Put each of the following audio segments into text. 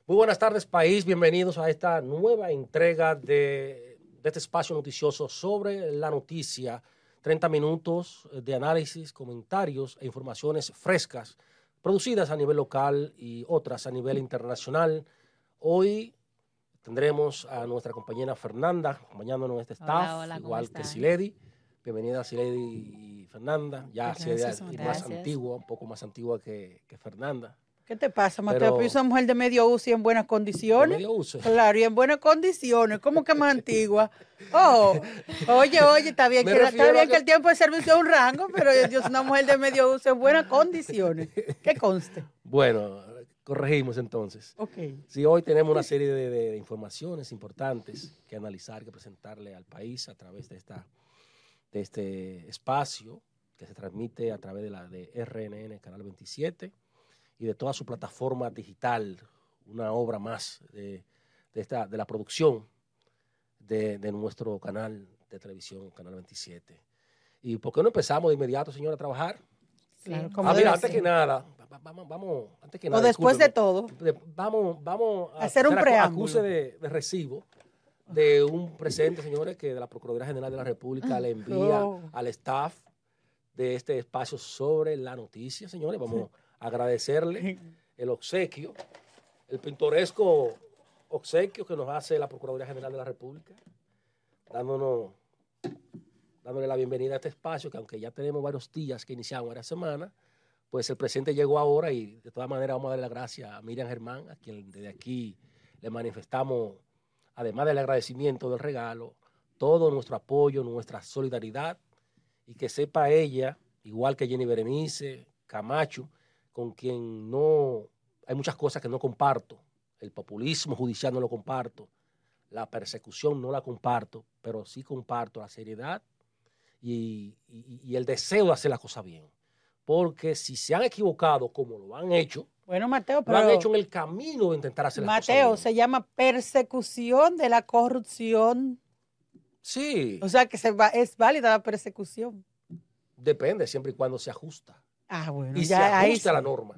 Muy buenas tardes, país. Bienvenidos a esta nueva entrega de este espacio noticioso sobre la noticia. 30 minutos de análisis, comentarios e informaciones frescas producidas a nivel local y otras a nivel internacional. Hoy tendremos a nuestra compañera Fernanda acompañándonos en este staff, Hola, igual que Siledi. Bienvenida Siledi y Fernanda. Ya Siledi es más antigua, un poco más antigua que Fernanda. ¿Qué te pasa, Mateo? Pero soy una mujer de medio uso y en buenas condiciones. ¿De medio uso? Claro, y en buenas condiciones. ¿Cómo que más antigua? Oh, oye, está bien, que el tiempo de servicio es un rango, pero yo soy una mujer de medio uso en buenas condiciones. ¿Qué conste? Bueno, corregimos entonces. Ok. Sí, hoy tenemos una serie de informaciones importantes que analizar, que presentarle al país a través de este espacio que se transmite a través de RNN, Canal 27, y de toda su plataforma digital, una obra más de la producción de nuestro canal de televisión, Canal 27. ¿Y por qué no empezamos de inmediato, señora, a trabajar? Claro, mira, antes que nada, antes que nada, o después de todo, vamos a hacer un preámbulo. Acuse de recibo de un presente, señores, que de la Procuraduría General de la República le envía al staff de este espacio sobre la noticia, señores. Vamos a agradecerle el obsequio, el pintoresco obsequio que nos hace la Procuraduría General de la República, dándole la bienvenida a este espacio, que aunque ya tenemos varios días que iniciamos, varias semanas, pues el presidente llegó ahora y de todas maneras vamos a darle las gracias a Miriam Germán, a quien desde aquí le manifestamos, además del agradecimiento del regalo, todo nuestro apoyo, nuestra solidaridad, y que sepa ella, igual que Jenny Berenice, Camacho, con quien no, hay muchas cosas que no comparto, el populismo judicial no lo comparto, la persecución no la comparto, pero sí comparto la seriedad y el deseo de hacer las cosas bien. Porque si se han equivocado como lo han hecho, bueno, Mateo, lo han hecho en el camino de intentar hacer las cosas bien. Mateo, se llama persecución de la corrupción. Sí. O sea que es válida la persecución. Depende, siempre y cuando se ajusta. Ah, bueno. Y ya se ajusta a la norma.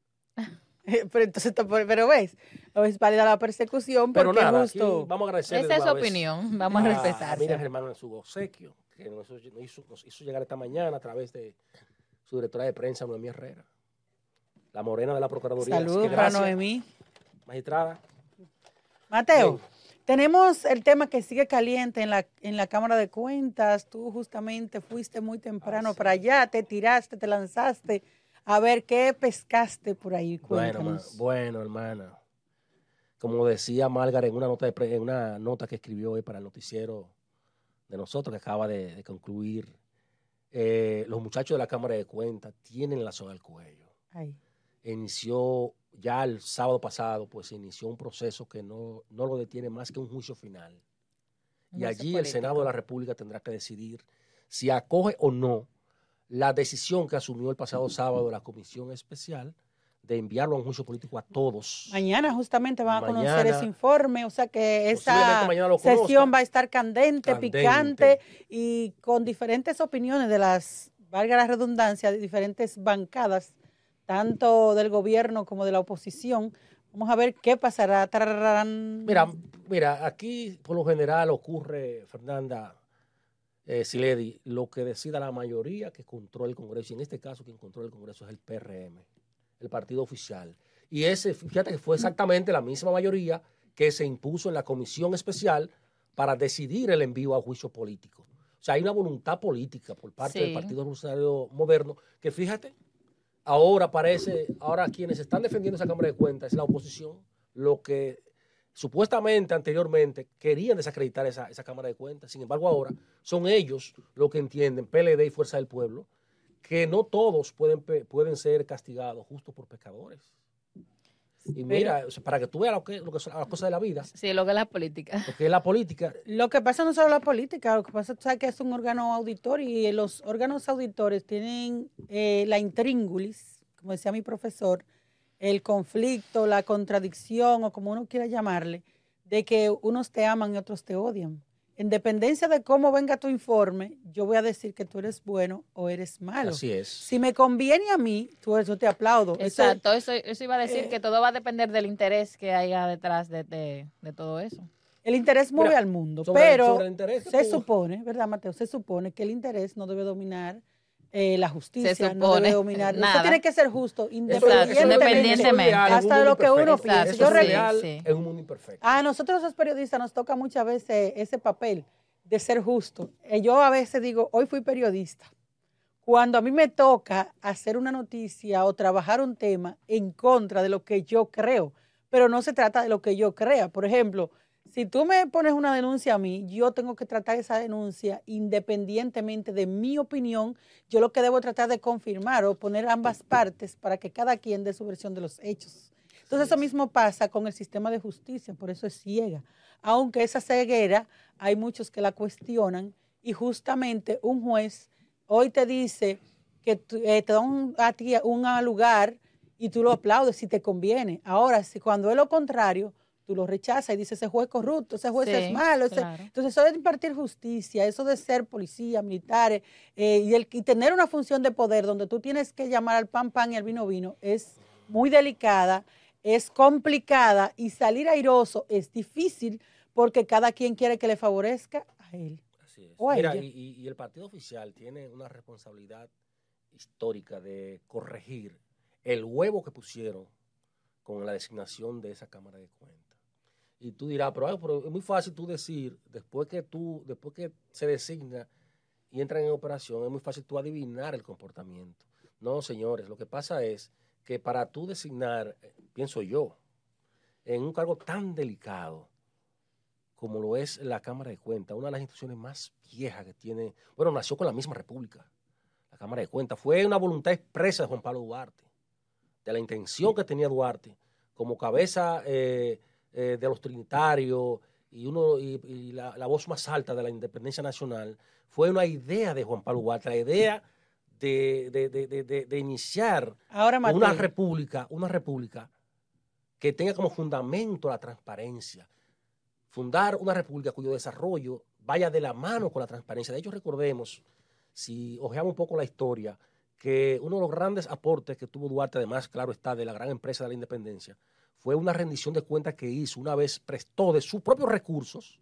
Pero entonces, pero ves, es válida la persecución porque pero nada, justo. Vamos a agradecerle. Esa es su opinión, vamos a respetar. Mira, Germán, en su obsequio, que nos hizo llegar esta mañana a través de su directora de prensa, Noemí Herrera, la morena de la Procuraduría. Saludos para Noemí. Magistrada. Mateo, bien. Tenemos el tema que sigue caliente en la Cámara de Cuentas. Tú justamente fuiste muy temprano para allá, te tiraste, te lanzaste. A ver, ¿qué pescaste por ahí? Cuéntanos. Bueno, hermana. Como decía Margaret en una nota que escribió hoy para el noticiero de nosotros, que acaba de concluir, los muchachos de la Cámara de Cuentas tienen la soga al cuello. Ay. Inició ya el sábado pasado, pues se inició un proceso que no lo detiene más que un juicio final. Y allí el Senado de la República tendrá que decidir si acoge o no la decisión que asumió el pasado sábado la Comisión Especial de enviarlo a un juicio político a todos. Mañana justamente van a conocer ese informe, o sea que esa sesión va a estar candente, picante y con diferentes opiniones de valga la redundancia, de diferentes bancadas, tanto del gobierno como de la oposición. Vamos a ver qué pasará. Mira, aquí por lo general ocurre, Fernanda, Siledi, lo que decida la mayoría que controla el Congreso, y en este caso quien controla el Congreso es el PRM, el partido oficial. Y fíjate que fue exactamente la misma mayoría que se impuso en la comisión especial para decidir el envío a juicio político. O sea, hay una voluntad política por parte del Partido Revolucionario Moderno que, fíjate, ahora quienes están defendiendo esa Cámara de Cuentas es la oposición, lo que supuestamente anteriormente querían desacreditar esa Cámara de Cuentas. Sin embargo, ahora son ellos los que entienden, PLD y Fuerza del Pueblo, que no todos pueden ser castigados justo por pecadores. Y mira, para que tú veas lo que son las cosas de la vida. Sí, lo que es la política. Porque es la política. Lo que pasa no es solo la política, lo que pasa es que es un órgano auditor y los órganos auditores tienen la intríngulis, como decía mi profesor, el conflicto, la contradicción o como uno quiera llamarle, de que unos te aman y otros te odian. en dependencia de cómo venga tu informe, yo voy a decir que tú eres bueno o eres malo. Así es. Si me conviene a mí, yo te aplaudo. Exacto, eso iba a decir, que todo va a depender del interés que haya detrás de todo eso. El interés mueve al mundo, pero se supone, ¿verdad, Mateo? Se supone que el interés no debe dominar la justicia, no debe dominar. Nada. Usted tiene que ser justo, independientemente. Hasta de lo que uno piensa. Yo es un mundo imperfecto. A nosotros los periodistas nos toca muchas veces ese papel de ser justo. Yo a veces digo, hoy fui periodista. Cuando a mí me toca hacer una noticia o trabajar un tema en contra de lo que yo creo, pero no se trata de lo que yo crea. Por ejemplo, si tú me pones una denuncia a mí, yo tengo que tratar esa denuncia independientemente de mi opinión. Yo lo que debo tratar de confirmar o poner ambas partes para que cada quien dé su versión de los hechos. Entonces eso mismo pasa con el sistema de justicia, por eso es ciega. Aunque esa ceguera hay muchos que la cuestionan y justamente un juez hoy te dice que te da a ti un lugar y tú lo aplaudes si te conviene. Ahora, si cuando es lo contrario, tú lo rechazas y dices, ese juez es corrupto, ese juez es malo. Claro. Entonces, eso de impartir justicia, eso de ser policía, militares, y tener una función de poder donde tú tienes que llamar al pan, pan y al vino, vino, es muy delicada, es complicada y salir airoso es difícil porque cada quien quiere que le favorezca a él. Así es. Mira, y el partido oficial tiene una responsabilidad histórica de corregir el huevo que pusieron con la designación de esa Cámara de Cuentas. Y tú dirás, pero es muy fácil tú decir, después que se designa y entran en operación, es muy fácil tú adivinar el comportamiento. No, señores, lo que pasa es que para tú designar, pienso yo, en un cargo tan delicado como lo es la Cámara de Cuentas, una de las instituciones más viejas que tiene, bueno, nació con la misma República, la Cámara de Cuentas, fue una voluntad expresa de Juan Pablo Duarte, de la intención que tenía Duarte como cabeza de los trinitarios y la voz más alta de la independencia nacional, fue una idea de Juan Pablo Duarte, la idea de iniciar una república que tenga como fundamento la transparencia, fundar una república cuyo desarrollo vaya de la mano con la transparencia. De hecho, recordemos, si ojeamos un poco la historia, que uno de los grandes aportes que tuvo Duarte, además, claro está, de la gran empresa de la independencia, fue una rendición de cuentas que hizo una vez, prestó de sus propios recursos,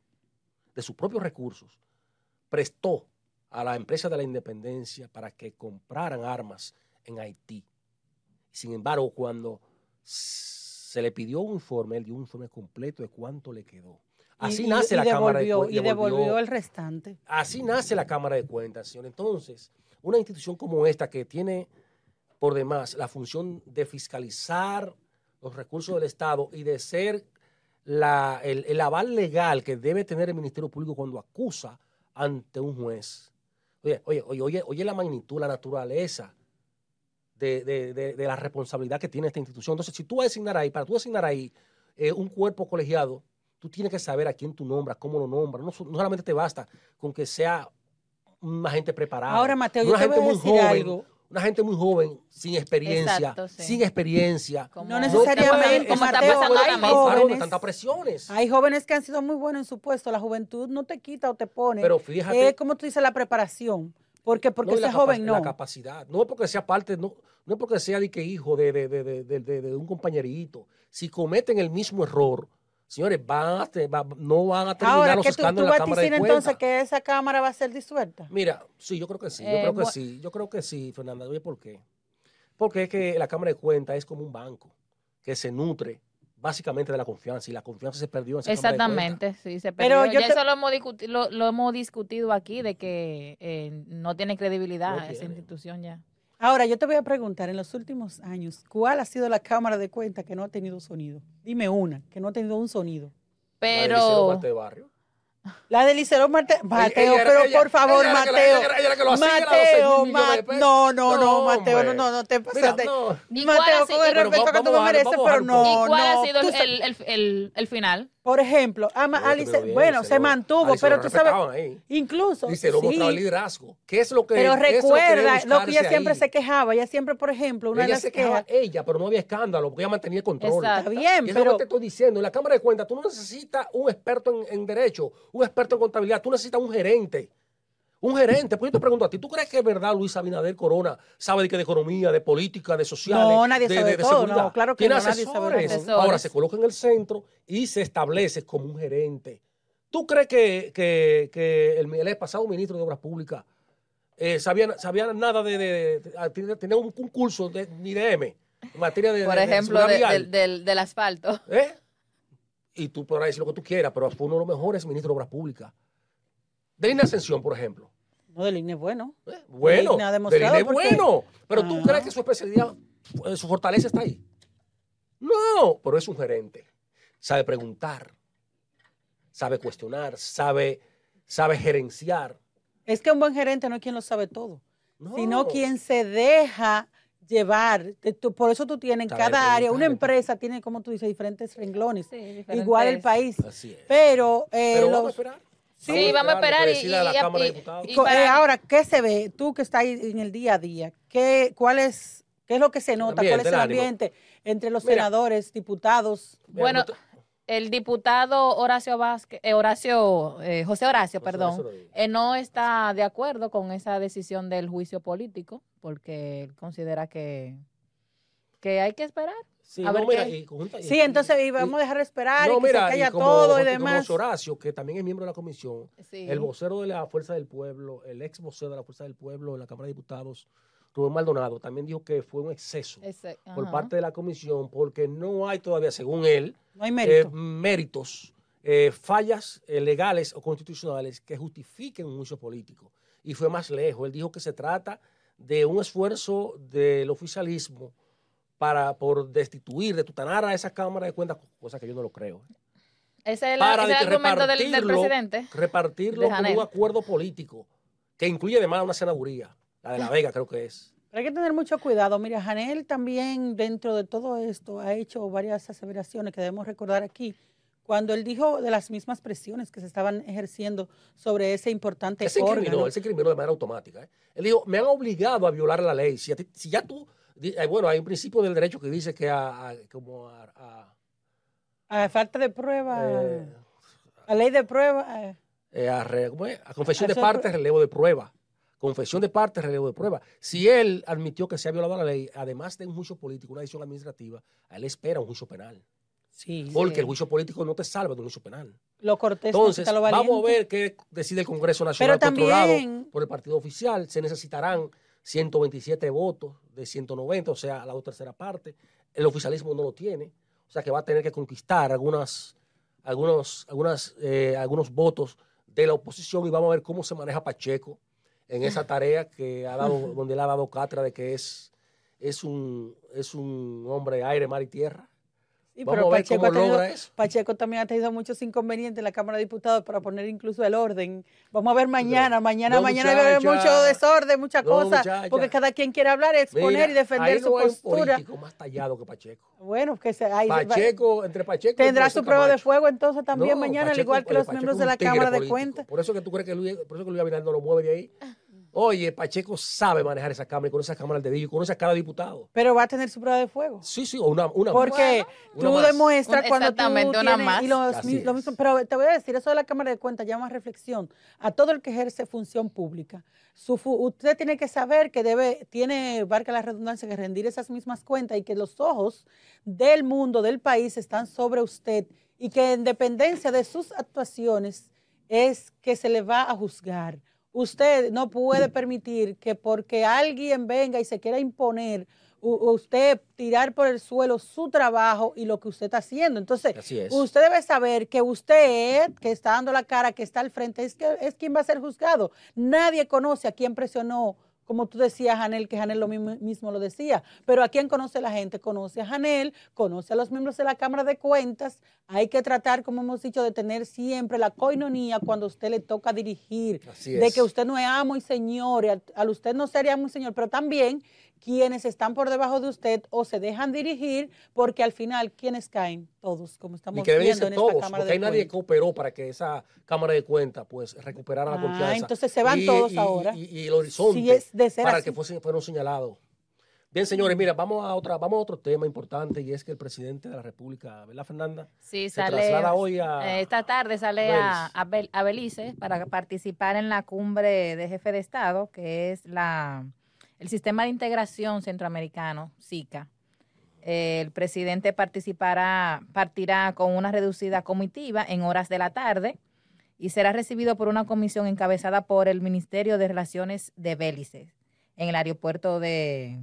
prestó a la empresa de la independencia para que compraran armas en Haití. Sin embargo, cuando se le pidió un informe, él dio un informe completo de cuánto le quedó. Así nace la Cámara de Cuentas. Y devolvió el restante. Así nace la Cámara de Cuentas, señor. Entonces, una institución como esta que tiene por demás la función de fiscalizar los recursos del Estado y de ser el aval legal que debe tener el Ministerio Público cuando acusa ante un juez. Oye la magnitud, la naturaleza de la responsabilidad que tiene esta institución. Entonces, si tú vas a designar ahí, para tú designar ahí un cuerpo colegiado, tú tienes que saber a quién tú nombras, cómo lo nombras. No solamente te basta con que sea una gente preparada. Ahora, Mateo, yo te voy a decir algo. Una gente muy joven, sin experiencia, No necesariamente, como está pasando ahora mismo. Tantas presiones. Hay jóvenes que han sido muy buenos en su puesto. La juventud no te quita o te pone. Pero fíjate. Como tú dices, la preparación. Porque ese joven no. La capacidad. No es porque sea parte, no es porque sea de que hijo de un compañerito. Si cometen el mismo error, señores, no van a terminar los escándalos en la Cámara de Cuentas. Entonces que esa Cámara va a ser disuelta. Mira, sí, yo creo que sí. Yo creo que sí, Fernanda. Oye, ¿por qué? Porque es que la Cámara de Cuentas es como un banco que se nutre básicamente de la confianza, y la confianza se perdió en esa Exactamente, sí, se perdió. Pero eso lo hemos discutido aquí, de que no tiene credibilidad esa institución ya. Ahora, yo te voy a preguntar, en los últimos años, ¿cuál ha sido la Cámara de Cuentas que no ha tenido sonido? Dime una, que no ha tenido un sonido. Pero... La de Licero Mateo, pero por favor, Mateo. Mateo, no te pasaste. Mateo, con el respeto que tú me mereces, pero no. ¿Y cuál ha sido el final? Por ejemplo, Alice, bueno, se mantuvo, pero tú sabes, ahí. Incluso. Dice, no mostraba liderazgo. ¿Qué es lo que Pero recuerda lo que ella siempre se quejaba. Ella siempre, por ejemplo, una de las quejas. Ella, pero no había escándalo, porque ella mantenía el control. Está bien, y eso es lo que te estoy diciendo. En la Cámara de Cuentas, tú no necesitas un experto en derecho, un experto en contabilidad, tú necesitas un gerente. Un gerente, pues yo te pregunto a ti, ¿tú crees que es verdad Luis Abinader Corona sabe de economía, de política, de sociales? No, nadie sabe de todo, seguridad? No, claro que tiene no, asesores. Nadie sabe de Ahora se coloca en el centro y se establece como un gerente. ¿Tú crees que el pasado ministro de Obras Públicas sabía nada tenía un curso ni de M en materia de por ejemplo, del asfalto? Y tú podrás decir lo que tú quieras, pero fue uno de los mejores ministros de Obras Públicas. De Línea Ascensión, por ejemplo. No, de Línea es bueno. Bueno, de Línea es bueno. Pero tú crees que su especialidad, su fortaleza está ahí. No, pero es un gerente. Sabe preguntar, sabe cuestionar, sabe gerenciar. Es que un buen gerente no es quien lo sabe todo, sino quien se deja llevar. Por eso tú tienes en cada área, una empresa tiene, como tú dices, diferentes renglones. Sí, diferentes. Igual el país. Así es. Pero vamos a esperar. Sí, vamos a esperar. Ahora, ¿qué se ve? Tú que estás ahí en el día a día, ¿qué es lo que se nota? ¿Cuál es el ambiente entre los senadores, diputados? Bueno, el diputado José Horacio, no está de acuerdo con esa decisión del juicio político, porque él considera que hay que esperar. Sí, entonces vamos a dejar de esperar y que se caiga todo y demás. Como Horacio, que también es miembro de la comisión, el vocero de la Fuerza del Pueblo, el ex vocero de la Fuerza del Pueblo en la Cámara de Diputados, Rubén Maldonado, también dijo que fue un exceso por parte de la comisión, porque no hay todavía, según él, no hay méritos, fallas legales o constitucionales que justifiquen un juicio político. Y fue más lejos. Él dijo que se trata de un esfuerzo del oficialismo por destituir, de tutanar a esa Cámara de Cuentas, cosa que yo no lo creo. Ese es el argumento del presidente. Repartirlo como un acuerdo político, que incluye además una senaduría, la de La Vega creo que es. Pero hay que tener mucho cuidado. Mira, Janel también dentro de todo esto ha hecho varias aseveraciones que debemos recordar aquí, cuando él dijo de las mismas presiones que se estaban ejerciendo sobre ese importante órgano. Él se incriminó de manera automática. Él dijo, me han obligado a violar la ley. Si ya tú... Bueno, hay un principio del derecho que dice que a falta de prueba, a ley de prueba. A confesión de parte, relevo de prueba. Confesión de parte, relevo de prueba. Si él admitió que se ha violado la ley, además de un juicio político, una decisión administrativa, a él espera un juicio penal. Sí, porque el juicio político no te salva de un juicio penal. Lo cortés. Entonces, vamos a ver qué decide el Congreso Nacional controlado por el partido oficial. Se necesitarán 127 votos de 190, o sea, la 2/3 parte. El oficialismo no lo tiene, o sea que va a tener que conquistar algunos votos de la oposición y vamos a ver cómo se maneja Pacheco en esa tarea que ha dado, donde él ha dado cátedra de que es un hombre de aire, mar y tierra. Sí, pero Pacheco también ha tenido muchos inconvenientes en la Cámara de Diputados para poner incluso el orden. Vamos a ver mañana va a haber mucho desorden, muchas cosas, porque cada quien quiere hablar, exponer y defender su postura. Hay un político más tallado que Pacheco. Bueno, que entre Pacheco tendrá su prueba de fuego entonces también mañana, al igual que los miembros de la Cámara de Cuentas. Por eso que tú crees que Luis Abinader no lo mueve de ahí. Oye, Pacheco sabe manejar esa Cámara y con esa Cámara al dedillo y con esa cada diputado. Pero va a tener su prueba de fuego. Sí, una porque tú demuestras cuando tú una más. Y lo mismo, pero te voy a decir, eso de la Cámara de Cuentas llama a reflexión a todo el que ejerce función pública. Usted tiene que saber que tiene, valga la redundancia, que rendir esas mismas cuentas y que los ojos del mundo, del país, están sobre usted y que en dependencia de sus actuaciones es que se le va a juzgar. Usted no puede permitir que porque alguien venga y se quiera imponer, usted tirar por el suelo su trabajo y lo que usted está haciendo. Entonces, usted debe saber que usted, que está dando la cara, que está al frente, es quien va a ser juzgado. Nadie conoce a quién presionó, como tú decías, Janel, que Janel lo mismo lo decía. Pero ¿a quién conoce la gente? Conoce a Janel, conoce a los miembros de la Cámara de Cuentas. Hay que tratar, como hemos dicho, de tener siempre la coinonía cuando a usted le toca dirigir. De que usted no es amo y señor, a usted no sería amo y señor, pero también quienes están por debajo de usted o se dejan dirigir, porque al final, ¿quiénes caen? Todos, como estamos viendo en esta Cámara de Cuentas. Porque hay nadie que cooperó para que esa Cámara de Cuentas pues recuperara la confianza. Entonces se van todos ahora. Y el horizonte si es de ser para así, que fueron señalados. Bien, señores, mira, vamos a otro tema importante, y es que el presidente de la República, ¿verdad, Fernanda? Sí, se traslada hoy esta tarde sale a Belice para participar en la cumbre de jefe de Estado, que es el Sistema de Integración Centroamericano, SICA. El presidente partirá con una reducida comitiva en horas de la tarde y será recibido por una comisión encabezada por el Ministerio de Relaciones de Belice en el aeropuerto de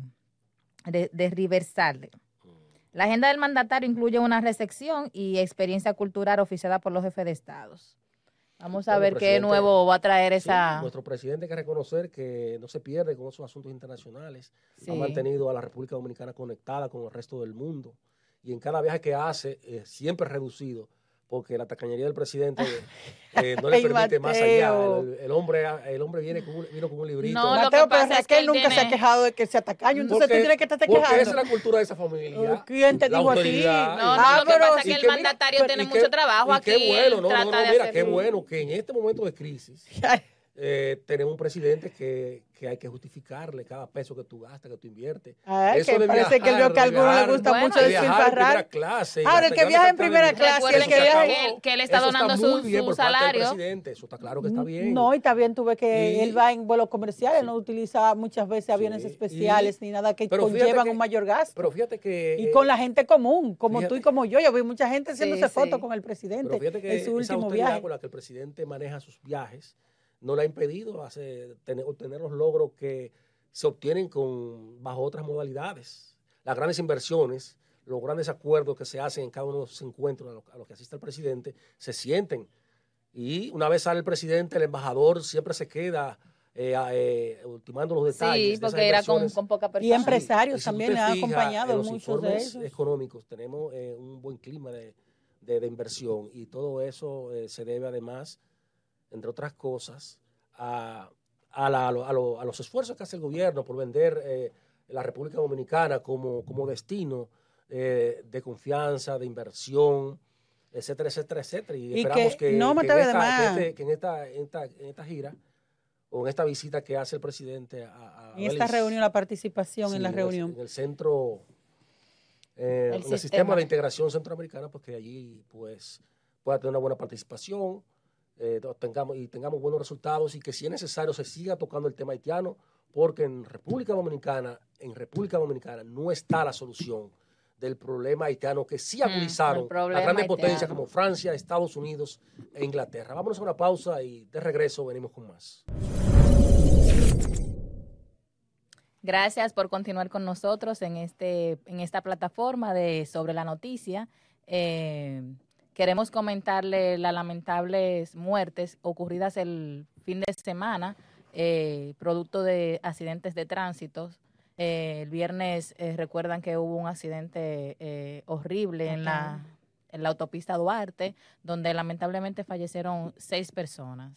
Rivesaltes. La agenda del mandatario incluye una recepción y experiencia cultural oficiada por los jefes de estados. Vamos a ver qué nuevo va a traer esa... Nuestro presidente hay que reconocer que no se pierde con esos asuntos internacionales. Sí. Ha mantenido a la República Dominicana conectada con el resto del mundo. Y en cada viaje que hace, siempre reducido, porque la tacañería del presidente no le permite más allá. El hombre vino con un librito. No, Mateo, pero es que él nunca se ha quejado de que sea tacaño, entonces tú tienes que estarte quejando. Porque esa es la cultura de esa familia. ¿Quién te dijo a ti? No, lo que pasa es que el mandatario tiene mucho trabajo aquí. Qué bueno, mira, qué bueno que en este momento de crisis tenemos un presidente que hay que justificarle cada peso que tú gastas, que tú inviertes. Eso que parece que a algunos les gusta mucho despilfarrar. Ahora, el que viaja en primera clase, el que viaja que él está donando su salario. Eso está claro que está bien. No, y también tuve que él va en vuelos comerciales, no utiliza muchas veces aviones especiales ni nada que conllevan un mayor gasto. Pero fíjate que... Y con la gente común, como tú y como yo vi mucha gente haciéndose fotos con el presidente en su último viaje. Con la que el presidente maneja sus viajes no le ha impedido obtener los logros que se obtienen bajo otras modalidades. Las grandes inversiones, los grandes acuerdos que se hacen en cada uno de esos encuentros a los que asiste el presidente, se sienten. Y una vez sale el presidente, el embajador siempre se queda ultimando los detalles. Sí, porque era con poca persona. Y empresarios también le han acompañado en muchos de esos. Económicos tenemos un buen clima de inversión, y todo eso se debe además, entre otras cosas, a los esfuerzos que hace el gobierno por vender la República Dominicana como destino de confianza, de inversión, etcétera, etcétera, etcétera. Y esperamos que en esta gira o en esta visita que hace el presidente en esta reunión, la participación en la reunión. En el centro, en el sistema de integración centroamericana, pues que allí pues pueda tener una buena participación, tengamos buenos resultados, y que si es necesario se siga tocando el tema haitiano, porque en República Dominicana no está la solución del problema haitiano que sí agudizaron las grandes potencias como Francia, Estados Unidos e Inglaterra. Vámonos a una pausa y de regreso venimos con más. Gracias por continuar con nosotros en esta plataforma de Sobre la Noticia. Queremos comentarle las lamentables muertes ocurridas el fin de semana, producto de accidentes de tránsito. El viernes recuerdan que hubo un accidente horrible en la autopista Duarte, donde lamentablemente fallecieron 6 personas.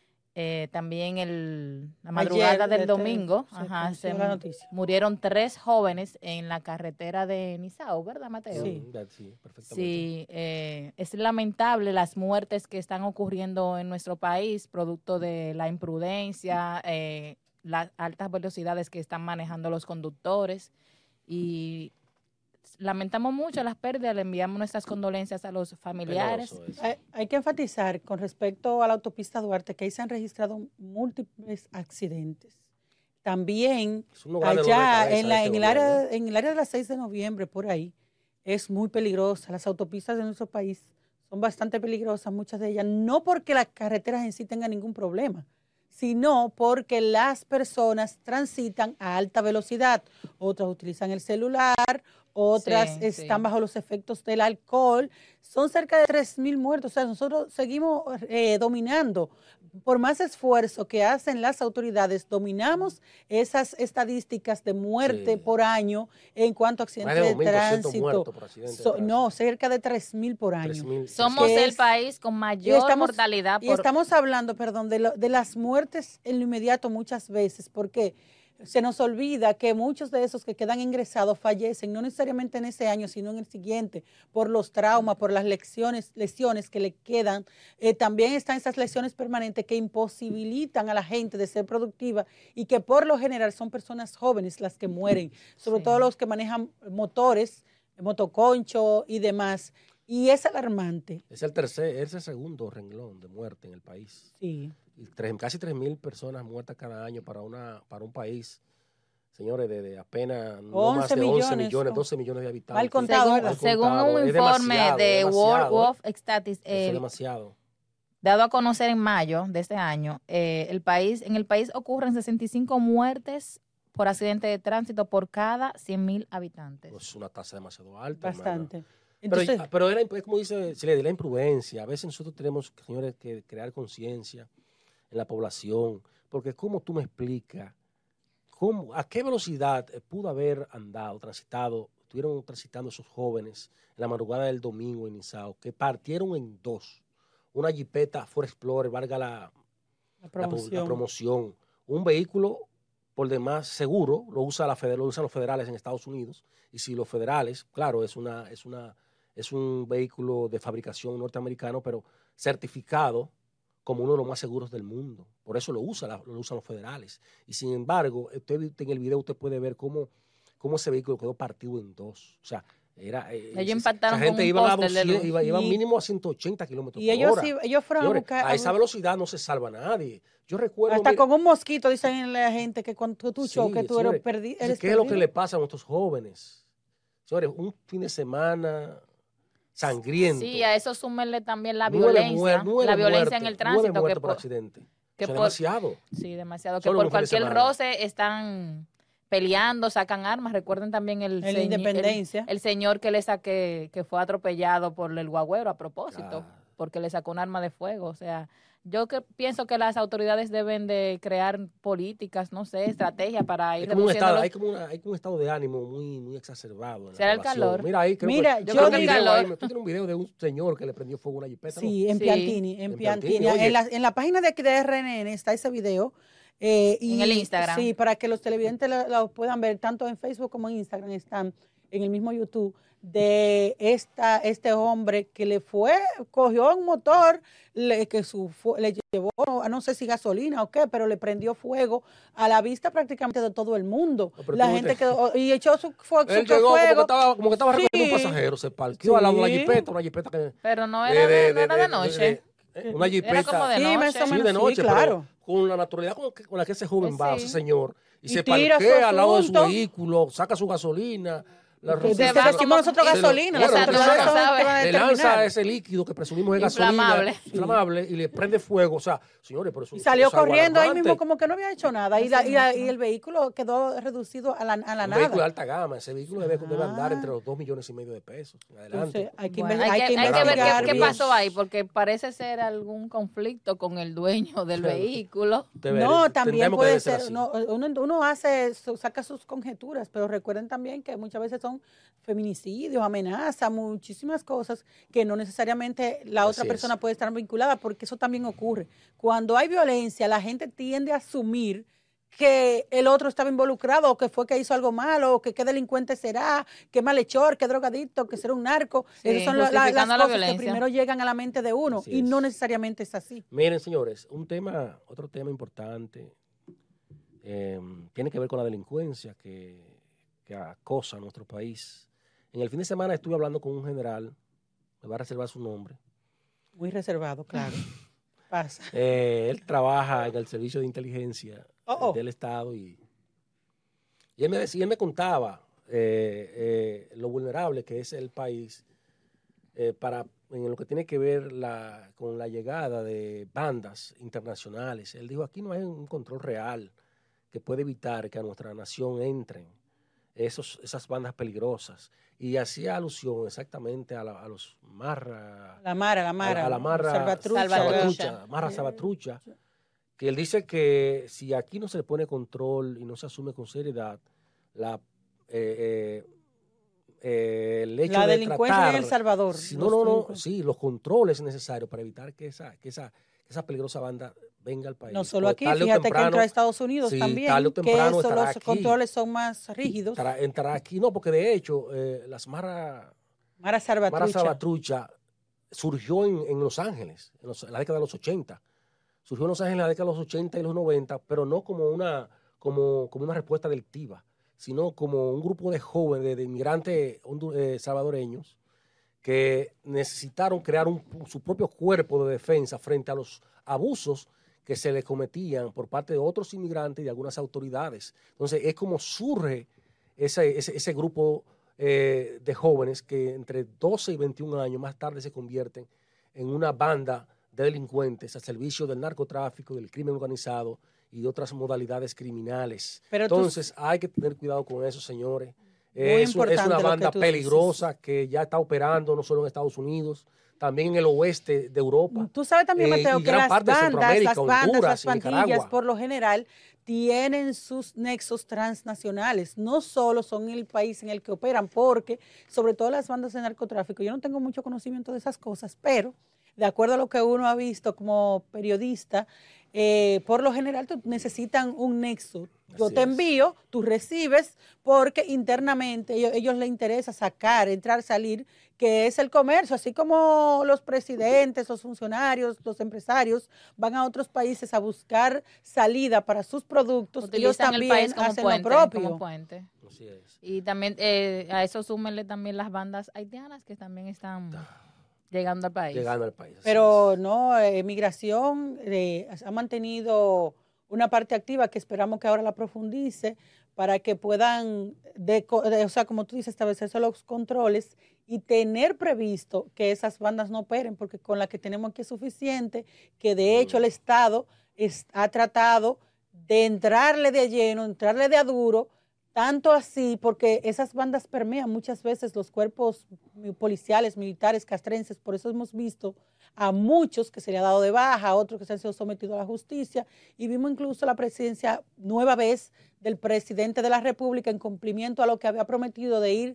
También la madrugada del domingo murieron 3 jóvenes en la carretera de Nizao, ¿verdad, Mateo? Sí, perfectamente. Sí, es lamentable las muertes que están ocurriendo en nuestro país, producto de la imprudencia, las altas velocidades que están manejando los conductores, y lamentamos mucho las pérdidas, le enviamos nuestras condolencias a los familiares. Hay que enfatizar con respecto a la autopista Duarte que ahí se han registrado múltiples accidentes. También allá en el área de las 6 de noviembre, por ahí, es muy peligrosa. Las autopistas de nuestro país son bastante peligrosas, muchas de ellas, no porque las carreteras en sí tengan ningún problema, sino porque las personas transitan a alta velocidad. Otras utilizan el celular, otras están bajo los efectos del alcohol. Son cerca de 3,000 muertos. O sea, nosotros seguimos dominando. Por más esfuerzo que hacen las autoridades, dominamos esas estadísticas de muerte por año en cuanto a accidentes de tránsito. No, cerca de 3,000 por año. 3,000. Somos el país con mayor mortalidad. Y estamos hablando, de las muertes en lo inmediato muchas veces, porque se nos olvida que muchos de esos que quedan ingresados fallecen, no necesariamente en ese año, sino en el siguiente, por los traumas, por las lesiones que le quedan. También están esas lesiones permanentes que imposibilitan a la gente de ser productiva y que por lo general son personas jóvenes las que mueren, sobre todo los que manejan motores, motoconcho y demás. Y es alarmante. Es el segundo renglón de muerte en el país. Sí. Y casi 3.000 personas muertas cada año para un país, señores, de apenas no más de 11 millones, 12 millones de habitantes. Mal contado, según un informe de World of Statistics, es demasiado. Dado a conocer en mayo de este año, en el país ocurren 65 muertes por accidente de tránsito por cada 100.000 habitantes. Es una tasa demasiado alta. Bastante. Hermana. Entonces, pero es como dice Siledi, la imprudencia. A veces nosotros tenemos, señores, que crear conciencia en la población. Porque ¿cómo tú me explicas a qué velocidad pudo haber estuvieron transitando esos jóvenes en la madrugada del domingo en Nizao, que partieron en dos? Una jipeta Ford Explorer, valga la promoción. Un vehículo, por demás, seguro, lo usan los federales en Estados Unidos. Y si los federales, claro, es un vehículo de fabricación norteamericano, pero certificado como uno de los más seguros del mundo. Por eso lo usan los federales. Y sin embargo, en el video usted puede ver cómo ese vehículo quedó partido en dos. O sea, ellos impactaron esa gente con iba mínimo a 180 kilómetros por hora. Ellos fueron Señores, a buscar... a esa velocidad no se salva nadie. Yo recuerdo... Hasta con un mosquito, dicen la gente, que cuando tú choques, tú eres perdido. ¿Qué es lo que le pasa a nuestros jóvenes? Señores, un fin de semana sangriento. Sí, a eso súmenle también la violencia. La violencia en el tránsito. Que por accidente. Demasiado. Sí, demasiado. Que por cualquier roce están peleando, sacan armas. Recuerden también el señor que fue atropellado por el guagüero a propósito, porque le sacó un arma de fuego. O sea, yo pienso que las autoridades deben de crear políticas, no sé, estrategias para ir reduciendo hay como un estado de ánimo muy exacerbado. ¿Será el calor? Mira, ahí yo creo que el calor. Tú tienes un video de un señor que le prendió fuego a una jipeta, ¿no? Sí, en Piantini. En la página de aquí de RNN está ese video. En el Instagram. Sí, para que los televidentes lo puedan ver, tanto en Facebook como en Instagram, están en el mismo YouTube, de este hombre que cogió un motor, le llevó, no sé si gasolina o qué, pero le prendió fuego a la vista prácticamente de todo el mundo. La gente quedó, y echó su fuego. Él llegó como que estaba recogiendo un pasajero, se parqueó al lado de una jipeta que... Pero no era de noche. Una jipeta. Era como de noche. Sí, de noche, claro. Con la naturalidad con la que ese joven va, ese señor, y se tira parquea al lado de su vehículo, saca su gasolina. Decimos nosotros gasolina. Le lanza ese líquido que presumimos es gasolina inflamable y le prende fuego. O sea, señores, por eso. Y salió corriendo ahí mismo como que no había hecho nada. Y el vehículo quedó reducido a la nada. Un vehículo de alta gama. Ese vehículo debe andar entre los 2,5 millones de pesos. Adelante. Entonces, hay que ver qué pasó ahí, porque parece ser algún conflicto con el dueño del vehículo. No, también puede ser. Uno saca sus conjeturas, pero recuerden también que muchas veces son feminicidios, amenazas, muchísimas cosas que no necesariamente la otra persona puede estar vinculada, porque eso también ocurre. Cuando hay violencia, la gente tiende a asumir que el otro estaba involucrado, o que fue que hizo algo malo, o que qué delincuente será, qué malhechor, qué drogadicto, que será un narco. Sí, esas son las cosas que primero llegan a la mente de uno, y no necesariamente es así. Miren, señores, otro tema importante tiene que ver con la delincuencia que acosa a nuestro país. En el fin de semana estuve hablando con un general, me va a reservar su nombre. Muy reservado, claro. Pasa. Él trabaja en el servicio de inteligencia del Estado y él me contaba lo vulnerable que es el país en lo que tiene que ver con la llegada de bandas internacionales. Él dijo, aquí no hay un control real que puede evitar que a nuestra nación entren esas bandas peligrosas. Y hacía alusión exactamente a los Marra. A la Marra Salvatrucha. Que él dice que si aquí no se le pone control y no se asume con seriedad el hecho la de delincuencia tratar, en El Salvador. Sí, los controles necesarios para evitar que esa peligrosa banda venga al país. No solo aquí, fíjate que entra a Estados Unidos también, tarde o temprano que los aquí. controles son más rígidos. Entrará aquí, no, porque de hecho las Mara Salvatrucha surgió en Los Ángeles, en la década de los 80. Surgió en Los Ángeles en la década de los 80 y los 90, pero no como una respuesta delictiva, sino como un grupo de jóvenes, de inmigrantes salvadoreños, que necesitaron crear su propio cuerpo de defensa frente a los abusos que se les cometían por parte de otros inmigrantes y de algunas autoridades. Entonces, es como surge ese grupo de jóvenes que entre 12 y 21 años más tarde se convierten en una banda de delincuentes al servicio del narcotráfico, del crimen organizado y de otras modalidades criminales. Entonces, hay que tener cuidado con eso, señores. Es una banda peligrosa que ya está operando no solo en Estados Unidos, también en el oeste de Europa. Tú sabes también, Mateo, que las bandas, las pandillas, por lo general, tienen sus nexos transnacionales. No solo son el país en el que operan, porque sobre todo las bandas de narcotráfico, yo no tengo mucho conocimiento de esas cosas, pero de acuerdo a lo que uno ha visto como periodista, por lo general necesitan un nexo. Yo te envío, tú recibes, porque internamente ellos les interesa sacar, entrar, salir, que es el comercio, así como los presidentes, los funcionarios, los empresarios van a otros países a buscar salida para sus productos. Ellos también el país como hacen puente, lo propio. Como puente. Así es. Y también a eso súmenle también las bandas haitianas que también están llegando al país. Pero no, migración ha mantenido una parte activa que esperamos que ahora la profundice para que puedan, o sea, como tú dices, establecerse los controles y tener previsto que esas bandas no operen, porque con la que tenemos aquí es suficiente, que de hecho el Estado ha tratado de entrarle de lleno, entrarle de a duro, tanto así porque esas bandas permean muchas veces los cuerpos policiales, militares, castrenses. Por eso hemos visto a muchos que se le ha dado de baja, a otros que se han sido sometidos a la justicia, y vimos incluso la presidencia nueva vez del presidente de la República en cumplimiento a lo que había prometido de ir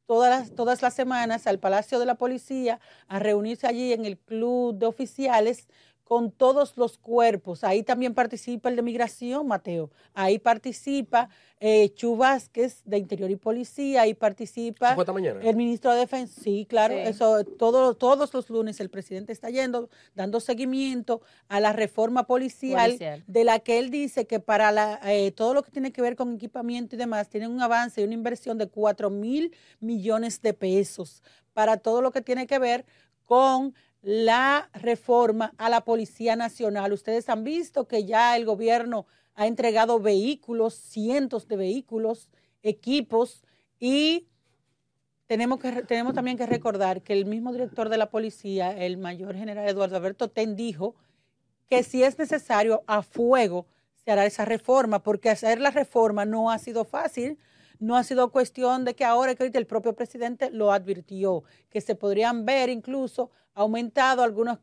todas las semanas al Palacio de la Policía a reunirse allí en el club de oficiales con todos los cuerpos. Ahí también participa el de Migración, Mateo. Ahí participa Chu Vázquez, de Interior y Policía. Ahí participa el ministro de Defensa. Sí, claro. Sí. Eso todos los lunes el presidente está yendo, dando seguimiento a la reforma policial. De la que él dice que para todo lo que tiene que ver con equipamiento y demás, tiene un avance y una inversión de 4,000 millones de pesos para todo lo que tiene que ver con la reforma a la Policía Nacional. Ustedes han visto que ya el gobierno ha entregado vehículos, cientos de vehículos, equipos, y tenemos también que recordar que el mismo director de la policía, el mayor general Eduardo Alberto Ten, dijo que si es necesario, a fuego se hará esa reforma, porque hacer la reforma no ha sido fácil. No ha sido cuestión de que ahora, que ahorita el propio presidente lo advirtió, que se podrían ver incluso aumentado algunos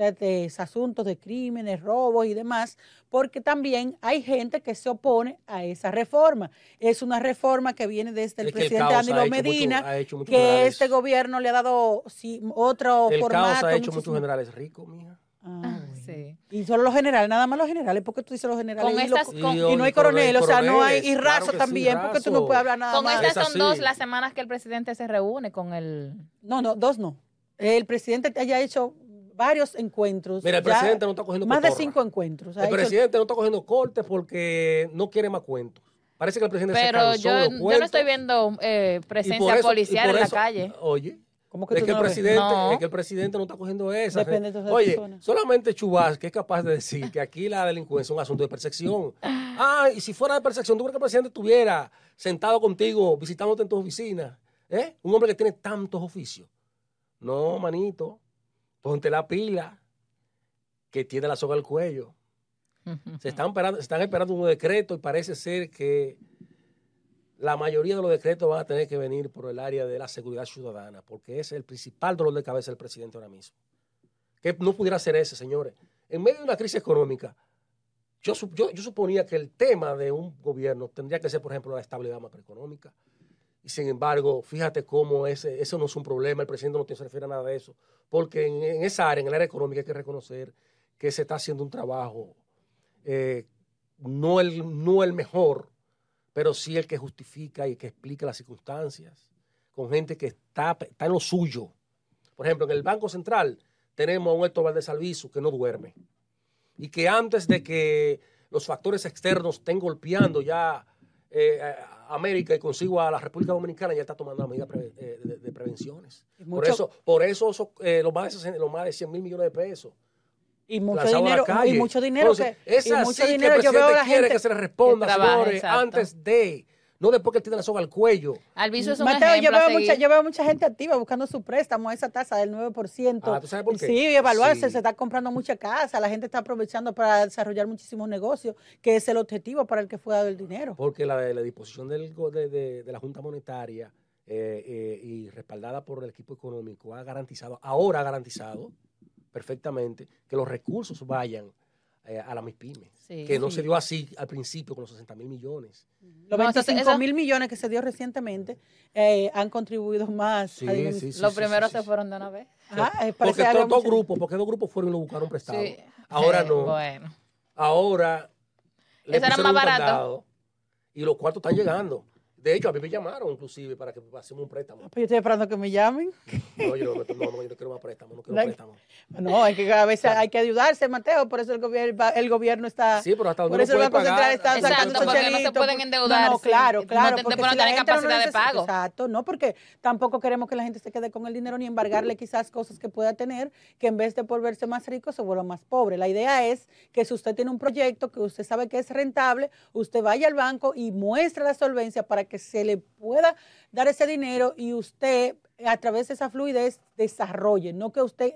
asuntos de crímenes, robos y demás, porque también hay gente que se opone a esa reforma. Es una reforma que viene desde el presidente Danilo Medina, que este gobierno le ha dado otro formato. El caos ha hecho muchos generales ricos, mija. Sí. Y solo los generales, nada más los generales, porque tú dices los generales y no hay coronel, o sea, no hay, y raso claro también, porque tú no puedes hablar nada más. Con estas son 2 las semanas que el presidente se reúne con el... No, 2 no. El presidente haya hecho varios encuentros. Mira, el presidente no está cogiendo más cotorra. De 5 encuentros. El presidente no está cogiendo cortes porque no quiere más cuentos. Parece que el presidente se cansó de los cuentos. Yo no estoy viendo presencia policial en la calle. Oye, es que el presidente no está cogiendo esa. Depende de Oye, persona. Solamente Chu Vázquez es capaz de decir que aquí la delincuencia es un asunto de percepción. Y si fuera de percepción, ¿tú crees que el presidente estuviera sentado contigo, visitándote en tu oficina? Un hombre que tiene tantos oficios. No, manito, ponte la pila que tiene la soga al cuello. Se están esperando un decreto y parece ser que la mayoría de los decretos van a tener que venir por el área de la seguridad ciudadana, porque ese es el principal dolor de cabeza del presidente ahora mismo. Que no pudiera ser ese, señores. En medio de una crisis económica, yo suponía que el tema de un gobierno tendría que ser, por ejemplo, la estabilidad macroeconómica. Y sin embargo, fíjate cómo eso no es un problema, el presidente no se refiere a nada de eso, porque en esa área, en el área económica, hay que reconocer que se está haciendo un trabajo no el mejor, pero sí el que justifica y que explica las circunstancias, con gente que está en lo suyo. Por ejemplo, en el Banco Central tenemos a un Héctor Valdés Albizu que no duerme y que antes de que los factores externos estén golpeando ya a América y consigo a la República Dominicana, ya está tomando medidas de prevenciones. Por eso los más de 100 mil millones de pesos. Y mucho dinero, Entonces, yo veo a la gente que se le responda, señores, antes de, no después que él tiene la soga al cuello. Albizu es un Mateo, ejemplo yo veo mucha gente activa buscando su préstamo a esa tasa del 9%. ¿Tú sabes por qué? Sí, evaluarse, se está comprando mucha casa, la gente está aprovechando para desarrollar muchísimos negocios, que es el objetivo para el que fue dado el dinero. Porque la disposición de la Junta Monetaria y respaldada por el equipo económico ahora ha garantizado perfectamente que los recursos vayan a la MIPYME, que no se dio así al principio con los 60 mil millones. Los 25 mil millones que se dio recientemente han contribuido más. Los primeros se fueron de una vez. Porque dos grupos fueron y lo buscaron prestado. Sí. Ahora no. Bueno. Ahora le eso era más barato. Y los cuartos están llegando. De hecho, a mí me llamaron inclusive para que hacemos un préstamo. Pero yo estoy esperando que me llamen. No, yo no quiero más préstamo, préstamo. No, es que a veces hay que ayudarse, Mateo, por eso el gobierno está... Sí, pero hasta donde por eso el Banco Central está sacando porque no se pueden endeudar. No, claro. Porque no tienen capacidad de pago. Exacto, no, porque tampoco queremos que la gente se quede con el dinero ni embargarle quizás cosas que pueda tener, que en vez de volverse más rico se vuelva más pobre. La idea es que si usted tiene un proyecto que usted sabe que es rentable, usted vaya al banco y muestre la solvencia para que se le pueda dar ese dinero y usted a través de esa fluidez desarrolle, no que usted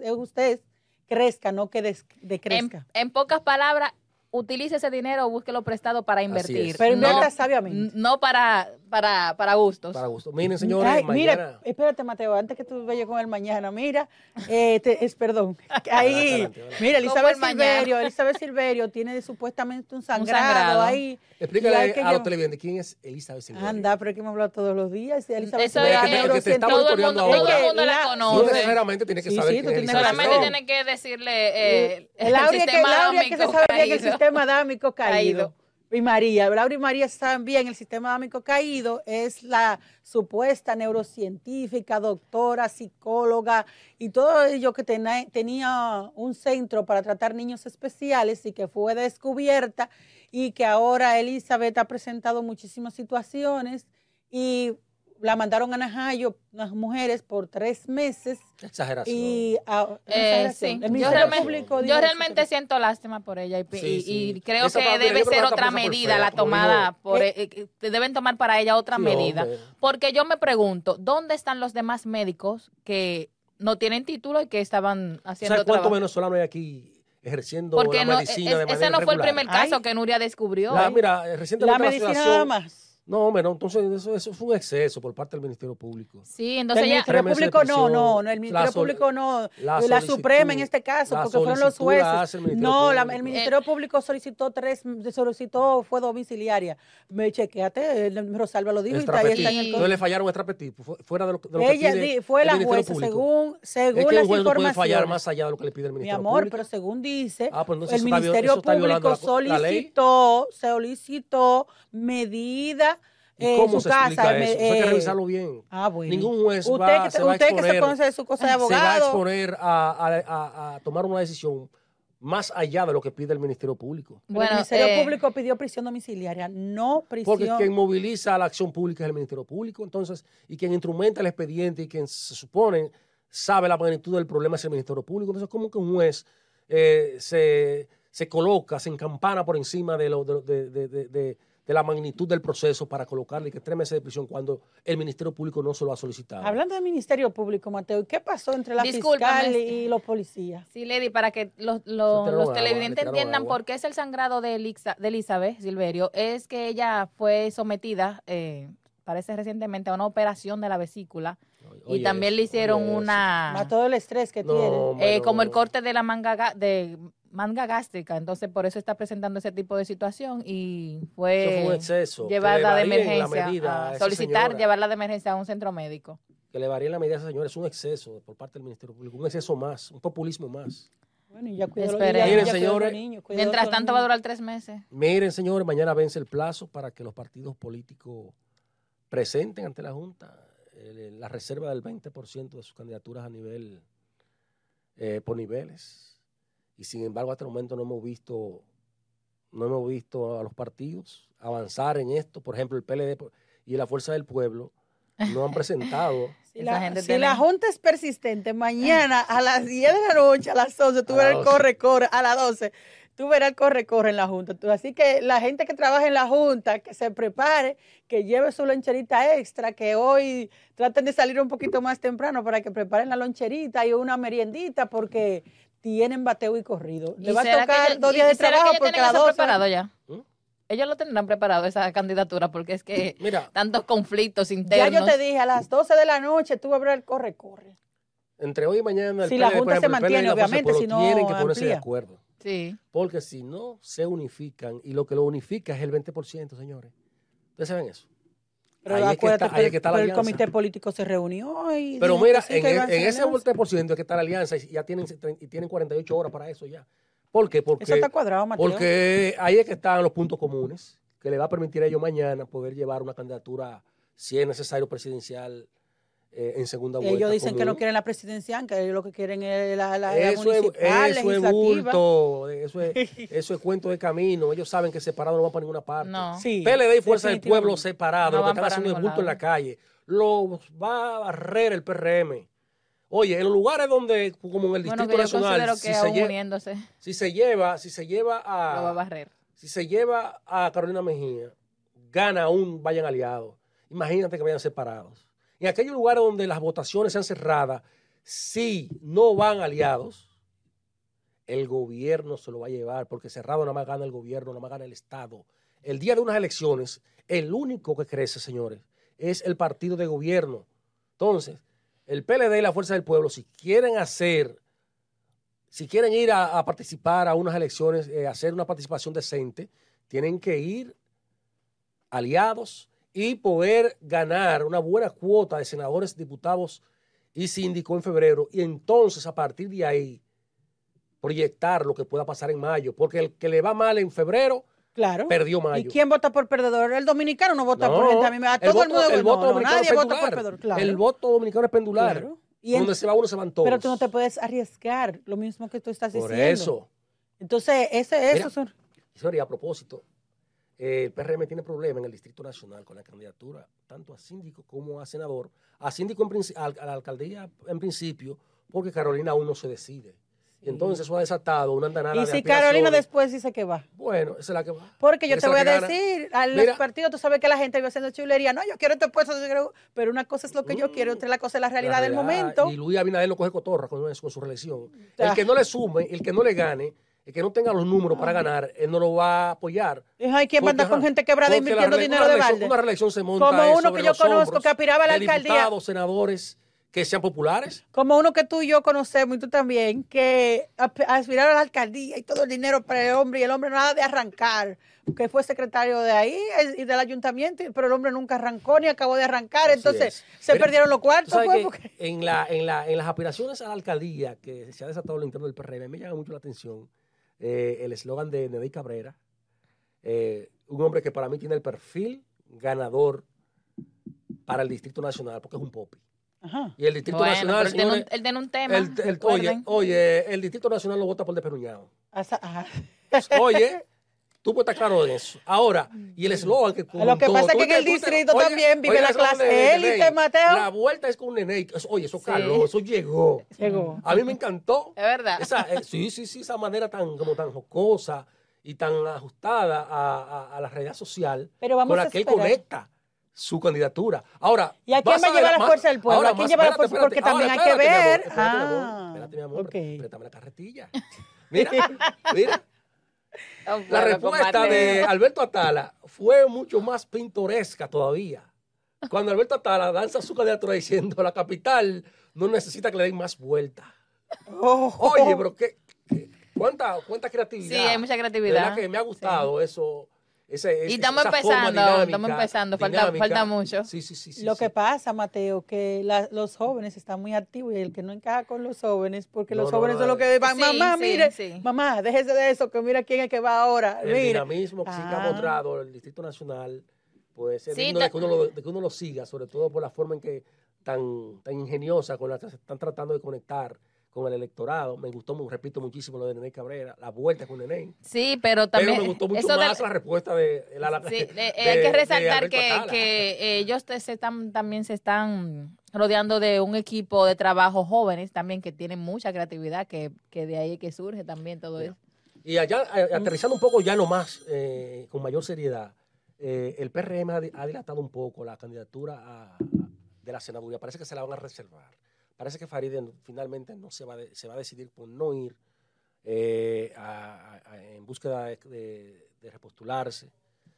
crezca, no que decrezca. En pocas palabras, utilice ese dinero o búsquelo prestado para invertir. Pero invierta sabiamente. No para gustos. Para gustos. Miren, señores, mañana... Mira, espérate, Mateo, antes que tú vayas con el mañana, mira, perdón, ahí, adelante. Mira, Elizabeth Silverio tiene supuestamente un sangrado ahí. Explícale a los televidentes quién es Elizabeth Silverio. Anda, pero es que me habla todos los días. Elizabeth Eso es que todo el mundo la conoce. No necesariamente tiene que saber quién es. Solamente tiene que decirle el sistema adámico que se sabe bien el sistema adámico caído. Y Laura y María saben bien, el sistema adámico caído es la supuesta neurocientífica, doctora, psicóloga y todo ello que tenía un centro para tratar niños especiales y que fue descubierta y que ahora Elizabeth ha presentado muchísimas situaciones y la mandaron a Najayo, unas mujeres, por 3 meses. Exageración. Y, sí. Yo realmente siento lástima por ella y creo que debe ser otra medida la tomada. Deben tomar para ella otra medida. Hombre. Porque yo me pregunto, ¿dónde están los demás médicos que no tienen título y que estaban haciendo trabajo? ¿Cuántos venezolanos hay aquí ejerciendo la medicina de manera ese no fue el primer caso que Nuria descubrió. Mira, recientemente la medicina nada más. No, hombre, no, entonces eso fue un exceso por parte del Ministerio Público. Sí, entonces el Ministerio Público el Ministerio Público no, la Suprema en este caso, porque fueron los jueces. El Ministerio Público fue domiciliaria. Chequéate, Rosalba lo dijo. Entonces le fallaron extra petit, fuera de lo que pide fue la jueza, según es que las informaciones. No puede fallar más allá de lo que le pide el Ministerio Público. Mi amor, pero según dice, el Ministerio Público solicitó medidas ¿Cómo se explica eso? Hay que revisarlo bien. Bueno. Ningún juez usted que se conoce de su cosa de abogado. Se va a exponer a tomar una decisión más allá de lo que pide el Ministerio Público. Bueno, el Ministerio Público pidió prisión domiciliaria, no prisión. Porque quien moviliza la acción pública es el Ministerio Público, entonces, y quien instrumenta el expediente y quien se supone sabe la magnitud del problema es el Ministerio Público. Entonces, ¿cómo que un juez se coloca, se encampana por encima de la magnitud del proceso para colocarle que 3 meses de prisión cuando el Ministerio Público no se lo ha solicitado? Hablando del Ministerio Público, Mateo, ¿qué pasó entre la fiscal y los policías? Sí, Lady, para que los televidentes entiendan por qué es el sangrado de Elizabeth Silverio, es que ella fue sometida, parece recientemente, a una operación de la vesícula. Y también le hicieron a todo el estrés que tiene. Como el corte de la manga gástrica, entonces por eso está presentando ese tipo de situación y fue un exceso, llevada de emergencia llevarla de emergencia a un centro médico. Que le varíen la medida a esa señora es un exceso por parte del Ministerio Público, un exceso más, un populismo más. Bueno, y ya Miren, señores, mientras tanto va a durar 3 meses. Miren, señores, mañana vence el plazo para que los partidos políticos presenten ante la Junta la reserva del 20% de sus candidaturas a nivel, por niveles. Y sin embargo, hasta el momento no hemos visto a los partidos avanzar en esto. Por ejemplo, el PLD y la Fuerza del Pueblo no han presentado. Si la Junta es persistente, mañana a las 10 de la noche, a las 11, tú verás el corre-corre, a las 12, tú verás el corre-corre en la Junta. Así que la gente que trabaja en la Junta, que se prepare, que lleve su loncherita extra, que hoy traten de salir un poquito más temprano para que preparen la loncherita y una meriendita, porque tienen bateo y corrido. Le va a tocar 2 días de trabajo porque a las 12. Preparado ya? Ellos lo tendrán preparado, esa candidatura, porque es que mira, tantos conflictos internos. Ya yo te dije, a las 12 de la noche tú vas a ver el corre-corre. Entre hoy y mañana, si la Junta se mantiene, obviamente, si no tienen que ponerse de acuerdo. Sí. Porque si no se unifican, y lo que lo unifica es el 20%, señores. ¿Ustedes saben eso? Pero acuérdate que el comité político se reunió y... Pero mira, en ese 20% es que está la alianza y ya tienen 48 horas para eso ya. ¿Por qué? Porque, eso está cuadrado, Mateo. Porque ahí es que están los puntos comunes que le va a permitir a ellos mañana poder llevar una candidatura, si es necesario, presidencial en segunda vuelta. Ellos dicen que no quieren la presidencial, que ellos lo que quieren es la municipal, legislativa. Es bulto, eso es cuento de camino. Ellos saben que separado no van para ninguna parte. No. Sí, PLD y Fuerza del Pueblo separados, no lo que están haciendo es bulto en la calle. Los va a barrer el PRM. Oye, en los lugares donde, como en el Distrito Nacional, si se lleva a Carolina Mejía, gana aún vayan aliados. Imagínate que vayan separados. En aquellos lugares donde las votaciones sean cerradas, si no van aliados, el gobierno se lo va a llevar, porque cerrado nada más gana el gobierno, nada más gana el Estado. El día de unas elecciones, el único que crece, señores, es el partido de gobierno. Entonces, el PLD y la Fuerza del Pueblo, si quieren ir a participar a unas elecciones, hacer una participación decente, tienen que ir aliados y poder ganar una buena cuota de senadores, diputados y síndicos en febrero. Y entonces, a partir de ahí, proyectar lo que pueda pasar en mayo. Porque el que le va mal en febrero, claro, perdió mayo. ¿Y quién vota por perdedor? El dominicano no vota por gente. Nadie vota por perdedor. Claro. El voto dominicano es pendular. Claro. Y donde se va uno, se van todos. Pero tú no te puedes arriesgar, lo mismo que tú estás diciendo. Por eso. Entonces, eso son... Sorry, a propósito, el PRM tiene problemas en el Distrito Nacional con la candidatura, tanto a síndico como a senador. A síndico, a la alcaldía en principio, porque Carolina aún no se decide. Y entonces eso ha desatado una andanada de aspiraciones. ¿Y si Carolina después dice que va? Bueno, esa es la que va. Porque yo te voy a decir, a los partidos, tú sabes que la gente va haciendo chulería. No, yo quiero este puesto, pero una cosa es lo que yo quiero, otra la cosa es la realidad del momento. Y Luis Abinader no coge cotorra con su reelección. El que no le sume, el que no le gane, el que no tenga los números para ganar, él no lo va a apoyar. Hay quien manda con gente quebrada invirtiendo dinero de balde. Una reelección se monta como uno que yo conozco que aspiraba a la alcaldía. Diputados, senadores que sean populares. Como uno que tú y yo conocemos, y tú también, que aspiraba a la alcaldía y todo el dinero para el hombre, y el hombre nada de arrancar, que fue secretario de ahí y del ayuntamiento, pero el hombre nunca arrancó ni acabó de arrancar. Así entonces se perdieron los cuartos. Porque... en las aspiraciones a la alcaldía, que se ha desatado en lo interno del PRM, me llama mucho la atención el eslogan de Nedey Cabrera, un hombre que para mí tiene el perfil ganador para el Distrito Nacional, porque es un popi. Ajá. Y el Distrito Nacional, señores, él tiene un tema. Oye, el Distrito Nacional lo vota por desperuñado. Ajá. Oye, tú puedes estar claro de eso. Ahora, y el eslogan que... Lo que pasa es que en el distrito también vive la clase élite, Mateo. La vuelta es con Nene. Oye, eso caló, eso llegó. A mí me encantó. Es verdad. Sí, esa manera tan jocosa y tan ajustada a la realidad social con la que él conecta su candidatura. Ahora, ¿y a quién va a llevar la Fuerza del Pueblo? ¿A quién lleva la fuerza? Porque también hay que ver. Espérate, mi amor. Préstame la carretilla. Mira. La respuesta de Alberto Atala fue mucho más pintoresca todavía. Cuando Alberto Atala lanza su candidatura diciendo la capital no necesita que le den más vuelta. Oye, pero ¿cuánta creatividad? Sí, hay mucha creatividad. ¿Verdad que me ha gustado eso? Y estamos empezando, falta mucho. Sí, Lo que pasa, Mateo, que los jóvenes están muy activos y el que no encaja con los jóvenes, porque los jóvenes son los que van, mamá, mire, mamá, déjese de eso, que mira quién es que va ahora. El dinamismo que sí que ha mostrado el Distrito Nacional, pues es digno de que uno lo siga, sobre todo por la forma en que tan ingeniosa con la que se están tratando de conectar con el electorado. Me gustó, repito, muchísimo lo de Nene Cabrera, la vuelta con Nene. Sí, pero también... Pero me gustó mucho más la respuesta de la... Sí, hay que resaltar que ellos también se están rodeando de un equipo de trabajo jóvenes también que tienen mucha creatividad, que de ahí es que surge también todo eso. Y allá, aterrizando un poco ya nomás, con mayor seriedad, el PRM ha dilatado un poco la candidatura de la senaduría. Parece que se la van a reservar. Parece que Farideh finalmente no se va a decidir por no ir en búsqueda de repostularse.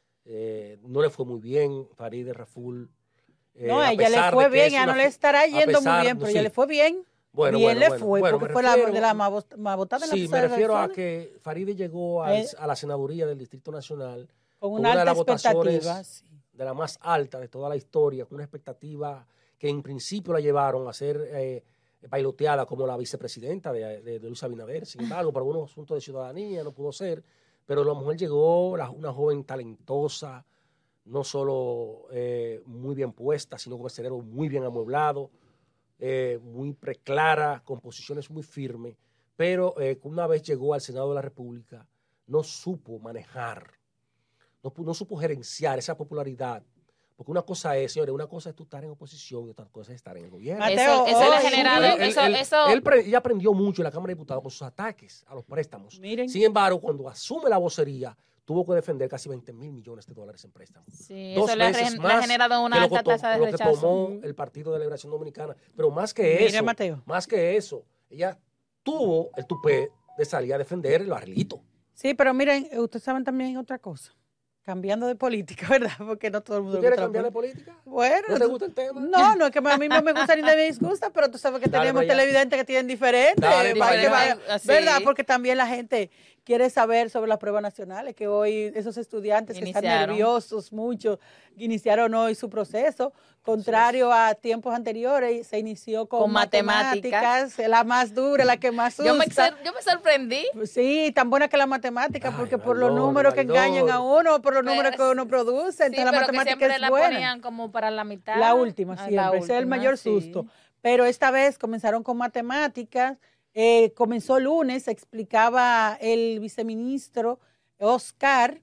No le fue muy bien Farideh Raful. No, a ella le fue bien, ella no le estará yendo muy bien, pero ella le fue bien. Bueno, le fue, porque fue de la más votada en la Sí, me refiero a que Farideh llegó a la senaduría del Distrito Nacional con una de las votaciones de la más alta de toda la historia, con una expectativa que en principio la llevaron a ser bailoteada como la vicepresidenta de Luis Abinader. Sin embargo, por algunos asuntos de ciudadanía no pudo ser, pero la mujer llegó, una joven talentosa, no solo muy bien puesta, sino con el cerebro muy bien amueblado, muy preclara, con posiciones muy firmes, pero una vez llegó al Senado de la República, no supo manejar, no supo gerenciar esa popularidad. Porque una cosa es, señores, una cosa es tú estar en oposición y otra cosa es estar en el gobierno. Mateo, eso le ha generado... Ella aprendió mucho en la Cámara de Diputados con sus ataques a los préstamos. Miren. Sin embargo, cuando asume la vocería, tuvo que defender casi 20 mil millones de dólares en préstamos. Sí, eso le ha generado una alta tasa de rechazo. Lo que tomó el Partido de Liberación Dominicana. Pero más que eso, ella tuvo el tupé de salir a defender el barrilito. Sí, pero miren, ustedes saben también otra cosa. Cambiando de política, ¿verdad? Porque no todo el mundo... ¿Tú quieres cambiar de política? Bueno. ¿No te gusta el tema? No, es que a mí no me gusta ni me disgusta, pero tú sabes que tenemos televidentes que tienen diferentes. ¿Verdad? Porque también la gente quiere saber sobre las pruebas nacionales, que hoy esos estudiantes que están nerviosos, muchos, iniciaron hoy su proceso, contrario a tiempos anteriores, se inició con matemáticas, la más dura, la que más usa. Yo me sorprendí. Sí, tan buena que la matemática, porque por los números que engañan a uno, por los números que uno produce, entonces la matemática es buena. La ponían como para la mitad. La última, siempre, ese es el mayor susto. Pero esta vez comenzaron con matemáticas. Comenzó el lunes, explicaba el viceministro Oscar,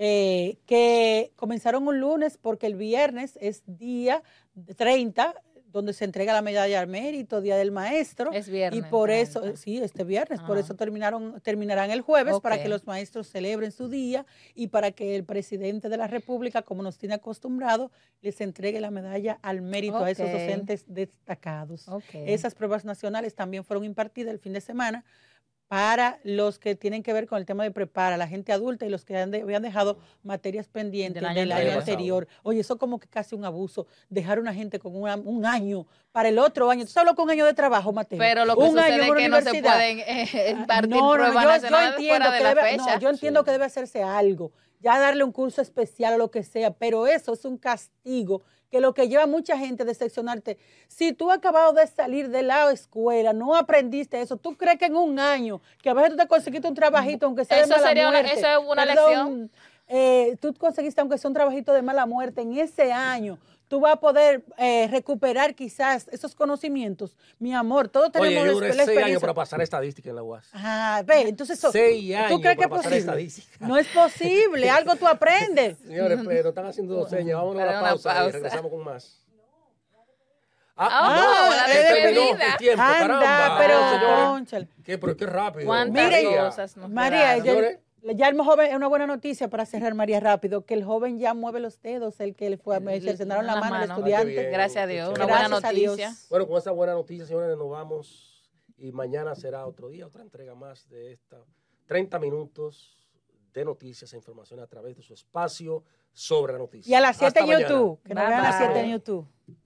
que comenzaron un lunes porque el viernes es día 30, donde se entrega la medalla al mérito, Día del Maestro. Es viernes. Y por eso, sí, este viernes, por eso terminarán el jueves, para que los maestros celebren su día y para que el presidente de la República, como nos tiene acostumbrado, les entregue la medalla al mérito a esos docentes destacados. Esas pruebas nacionales también fueron impartidas el fin de semana para los que tienen que ver con el tema de prepara, la gente adulta y los que habían dejado materias pendientes del año anterior. Oye, eso como que casi un abuso, dejar a una gente con un año para el otro año. ¿Tú sabes lo que un año de trabajo, Mateo? Pero lo que sucede es que no se pueden impartir pruebas nacionales fuera de la fecha. Yo entiendo que debe hacerse algo, ya darle un curso especial o lo que sea, pero eso es un castigo que lo que lleva a mucha gente a decepcionarte. Si tú acabado de salir de la escuela, no aprendiste eso, ¿tú crees que en un año, que a veces tú te conseguiste un trabajito, aunque sea de mala muerte? Eso es una lección. Tú conseguiste, aunque sea un trabajito de mala muerte, en ese año, tú vas a poder recuperar quizás esos conocimientos. Mi amor, todos tenemos la experiencia. 6 años para pasar estadística en la UAS. Ve, entonces eso. 6 años ¿tú crees que es pasar estadística. No es posible, algo tú aprendes. Señores, pero están haciendo 2 señas. Vámonos a la pausa y regresamos con más. La despedida. El tiempo, caramba. Pero qué rápido. ¿Cuántas cosas nos María, ya el joven, es una buena noticia para cerrar, María, rápido, que el joven ya mueve los dedos, el que le fue a cercenaron la mano al estudiante. Gracias a Dios, una buena noticia. Bueno, con esa buena noticia, señores, nos vamos y mañana será otro día, otra entrega más de esta 30 minutos de noticias e información a través de su espacio sobre la noticia. Y a las 7 en YouTube, que nos vean a las 7 en YouTube.